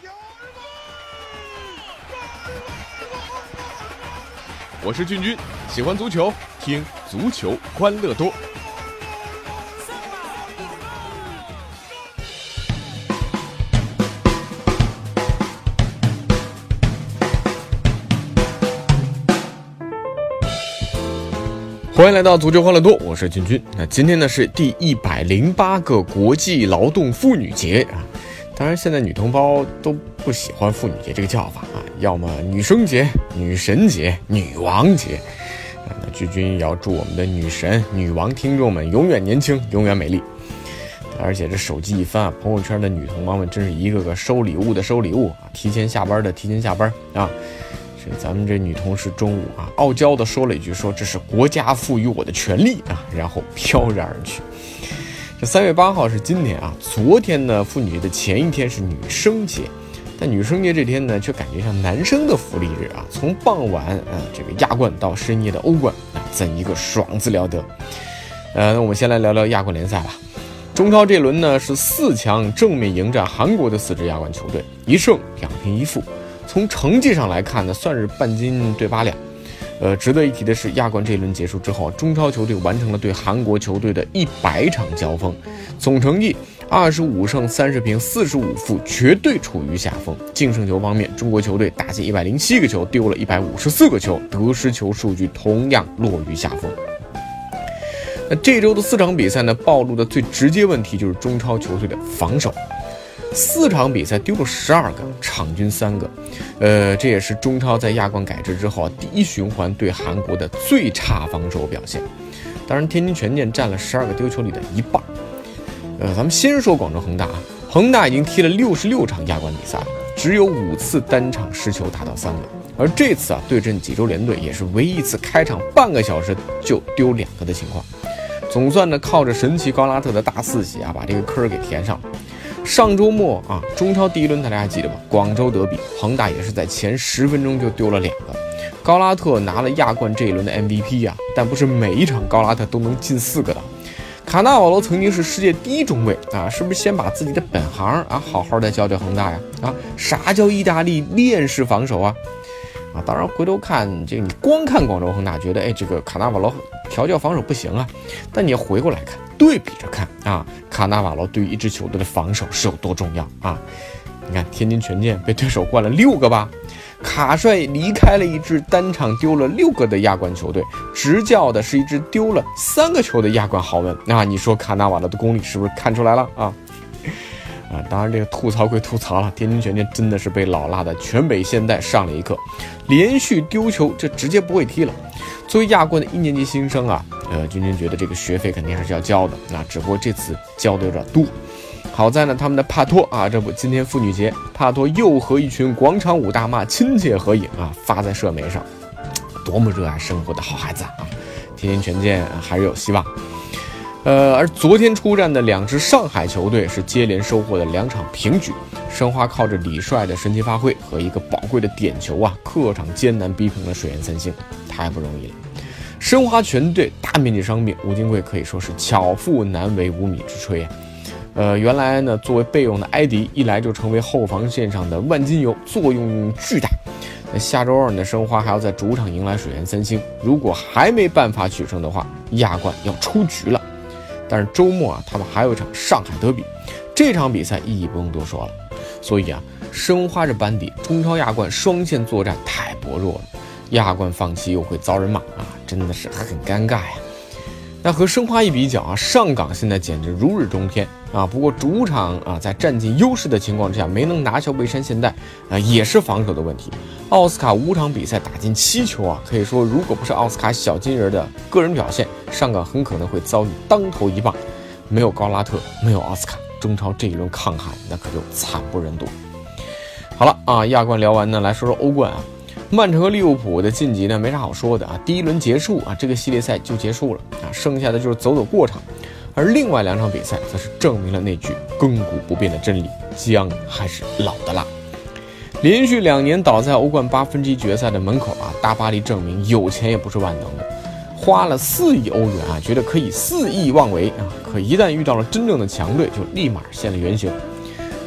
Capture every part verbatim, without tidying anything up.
我是俊君，喜欢足球，听足球欢乐多。欢迎来到足球欢乐多，我是俊君。那今天呢是第一百零八个国际劳动妇女节啊。当然，现在女同胞都不喜欢妇女节这个叫法啊，要么女生节、女神节、女王节。啊，那俊君也要祝我们的女神、女王听众们永远年轻、永远美丽。而且这手机一翻啊，朋友圈的女同胞们真是一个个收礼物的收礼物啊，提前下班的提前下班啊。这咱们这女同事中午啊，傲娇的说了一句说这是国家赋予我的权利啊，然后飘然而去。这三月八号是今天啊，昨天呢妇女节的前一天是女生节，但女生节这天呢却感觉像男生的福利日啊，从傍晚啊这个亚冠到深夜的欧冠啊，怎一个爽字了得。呃，那我们先来聊聊亚冠联赛吧。中超这轮呢是四强正面迎战韩国的四支亚冠球队，一胜两平一负。从成绩上来看呢，算是半斤对八两。呃，值得一提的是，亚冠这一轮结束之后，中超球队完成了对韩国球队的一百场交锋，总成绩二十五胜三十平四十五负，绝对处于下风。净胜球方面，中国球队打进一百零七个球，丢了一百五十四个球，得失球数据同样落于下风。那这周的四场比赛呢，暴露的最直接问题就是中超球队的防守。四场比赛丢了十二个，场均三个，呃，这也是中超在亚冠改制之后第一循环对韩国的最差防守表现。当然，天津权健占了十二个丢球里的一半。呃，咱们先说广州恒大啊，恒大已经踢了六十六场亚冠比赛了，只有五次单场失球达到三个，而这次啊对阵济州联队也是唯一一次开场半个小时就丢两个的情况。总算呢，靠着神奇高拉特的大四喜啊，把这个坑给填上了。上周末啊，中超第一轮大家还记得吧？广州德比，恒大也是在前十分钟就丢了两个。高拉特拿了亚冠这一轮的 M V P 啊，但不是每一场高拉特都能进四个的。卡纳瓦罗曾经是世界第一中卫啊，是不是先把自己的本行啊好好的教教恒大呀？啊，啥叫意大利链式防守啊？啊，当然回头看这个，你光看广州恒大觉得，哎，这个卡纳瓦罗调教防守不行啊，但你回过来看，对比着看啊，卡纳瓦罗对于一支球队的防守是有多重要啊？你看天津权健被对手灌了六个吧，卡帅离开了一支单场丢了六个的亚冠球队，执教的是一支丢了三个球的亚冠豪门，那你说卡纳瓦罗的功力是不是看出来了啊？啊，当然这个吐槽归吐槽了，天津权健真的是被老辣的全北现代上了一课，连续丢球，这直接不会踢了。作为亚冠的一年级新生啊，呃，君君觉得这个学费肯定还是要交的，那只不过这次交的有点多。好在呢，他们的帕托啊，这不今天妇女节，帕托又和一群广场舞大妈亲切合影啊，发在社媒上，多么热爱生活的好孩子啊！天津权健还是有希望。呃，而昨天出战的两支上海球队是接连收获了两场平局，申花靠着李帅的神奇发挥和一个宝贵的点球啊，客场艰难逼平了水源三星，太不容易了。申花全队大面积伤病，吴金贵可以说是巧妇难为无米之炊啊。呃，原来呢，作为备用的埃迪，一来就成为后防线上的万金油，作用巨大。那下周二呢，申花还要在主场迎来水源三星，如果还没办法取胜的话，亚冠要出局了。但是周末啊，他们还有一场上海德比，这场比赛意义不用多说了。所以啊，申花这班底，中超亚冠双线作战太薄弱了，亚冠放弃又会遭人骂啊，真的是很尴尬呀。那和申花一比较啊，上港现在简直如日中天啊。不过主场啊，在占尽优势的情况之下，没能拿下蔚山现代啊，也是防守的问题。奥斯卡五场比赛打进七球啊，可以说如果不是奥斯卡小金人的个人表现，上港很可能会遭遇当头一棒。没有高拉特，没有奥斯卡，中超这一轮抗旱那可就惨不忍睹。好了啊，亚冠聊完呢，来说说欧冠啊。曼城和利物浦的晋级呢，没啥好说的啊。第一轮结束啊，这个系列赛就结束了啊，剩下的就是走走过场。而另外两场比赛则是证明了那句亘古不变的真理：姜还是老的辣。连续两年倒在欧冠八分之一决赛的门口啊，大巴黎证明有钱也不是万能的，花了四亿欧元啊，觉得可以肆意妄为啊，可一旦遇到了真正的强队，就立马现了原形。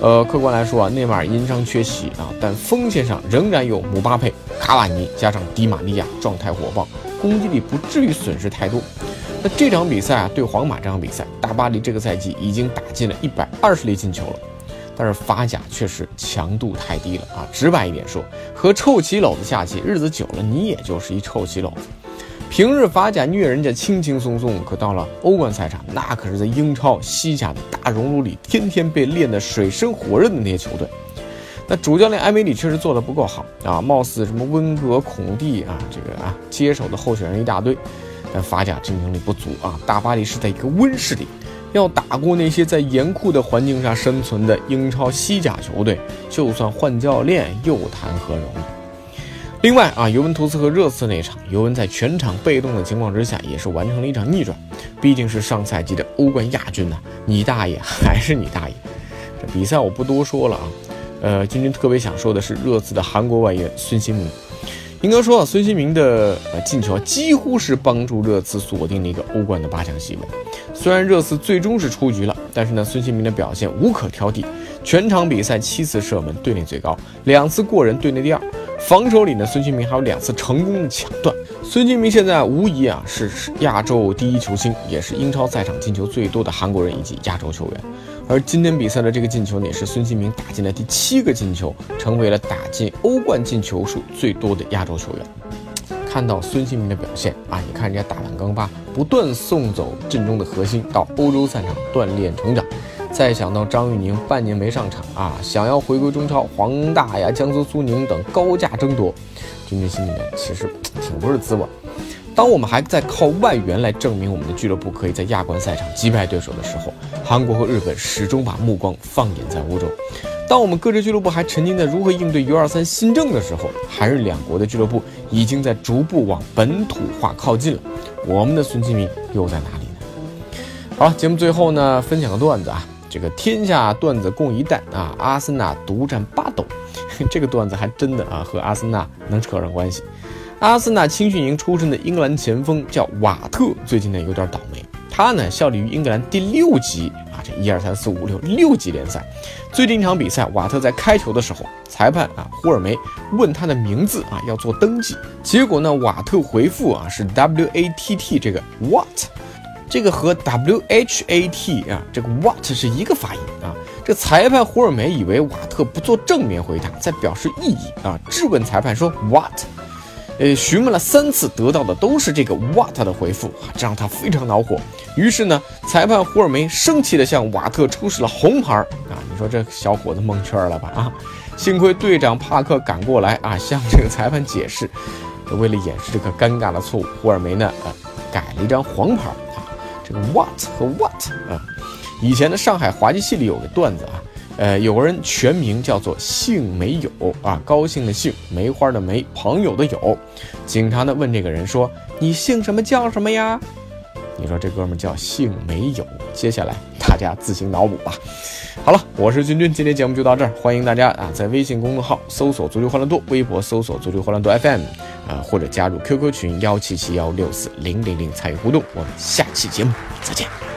呃，客观来说啊，内马尔因伤缺席啊，但锋线上仍然有姆巴佩、卡瓦尼加上迪玛利亚，状态火爆，攻击力不至于损失太多。那这场比赛啊，对皇马这场比赛，大巴黎这个赛季已经打进了一百二十粒进球了，但是法甲确实强度太低了啊！直白一点说，和臭棋篓子下棋，日子久了，你也就是一臭棋篓子。平日法甲虐人家轻轻松松，可到了欧冠赛场，那可是在英超、西甲的大熔炉里，天天被练得水深火热的那些球队。那主教练埃梅里确实做得不够好啊，貌似什么温格、孔蒂啊，这个啊接手的候选人一大堆，但法甲竞争力不足啊。大巴黎是在一个温室里，要打过那些在严酷的环境下生存的英超、西甲球队，就算换教练，又谈何容易？另外啊，尤文图斯和热刺那场，尤文在全场被动的情况之下，也是完成了一场逆转。毕竟是上赛季的欧冠亚军呐、啊，你大爷还是你大爷！这比赛我不多说了啊。呃，今天特别想说的是热刺的韩国外援孙兴民。应该说啊，孙兴民的呃进球几乎是帮助热刺锁定了一个欧冠的八强席位。虽然热刺最终是出局了，但是呢，孙兴民的表现无可挑剔，全场比赛七次射门，队内最高，两次过人，队内第二。防守里呢，孙兴民还有两次成功的抢断。孙兴民现在无疑啊是亚洲第一球星，也是英超赛场进球最多的韩国人以及亚洲球员。而今天比赛的这个进球呢，也是孙兴民打进了第七个进球，成为了打进欧冠进球数最多的亚洲球员。看到孙兴民的表现啊，你看人家大满钢巴不断送走阵中的核心到欧洲赛场锻炼成长。再想到张玉宁半年没上场啊，想要回归中超，黄大呀、江苏苏宁等高价争夺，军军心里面其实挺不是滋味。当我们还在靠外援来证明我们的俱乐部可以在亚冠赛场击败对手的时候，韩国和日本始终把目光放眼在欧洲。当我们各支俱乐部还沉浸在如何应对 U 二三 新政的时候，韩日两国的俱乐部已经在逐步往本土化靠近了。我们的孙兴民又在哪里呢？好了，节目最后呢，分享个段子啊。这个天下段子共一担啊，阿森纳独占八斗，这个段子还真的啊和阿森纳能扯上关系。阿森纳青训营出身的英格兰前锋叫瓦特，最近呢有点倒霉。他呢效力于英格兰第六级啊，这一二三四五六六级联赛。最近一场比赛，瓦特在开球的时候，裁判啊胡尔梅问他的名字啊要做登记，结果呢瓦特回复啊是 W A T T 这个 what。这个和 W H A T 啊，这个 what 是一个发音啊。这裁判胡尔梅以为瓦特不做正面回答，在表示异议啊，质问裁判说 what， 呃，询问了三次，得到的都是这个 what 的回复啊，这让他非常恼火。于是呢，裁判胡尔梅生气地向瓦特出示了红牌啊。你说这小伙子蒙圈了吧啊？幸亏队长帕克赶过来啊，向这个裁判解释。为了掩饰这个尴尬的错误，胡尔梅呢呃改了一张黄牌。这个 what 和 what 啊，以前的上海滑稽戏里有个段子啊，呃，有个人全名叫做姓梅友啊，高兴的姓，梅花的梅，朋友的友。警察呢问这个人说：“你姓什么叫什么呀？”你说这哥们叫姓梅友。接下来大家自行脑补吧。好了，我是君君，今天节目就到这儿，欢迎大家啊在微信公众号搜索足球欢乐多，微博搜索足球欢乐多 F M 啊，或者加入 Q Q 群幺七七幺六四零零零参与互动。我们下期节目再见。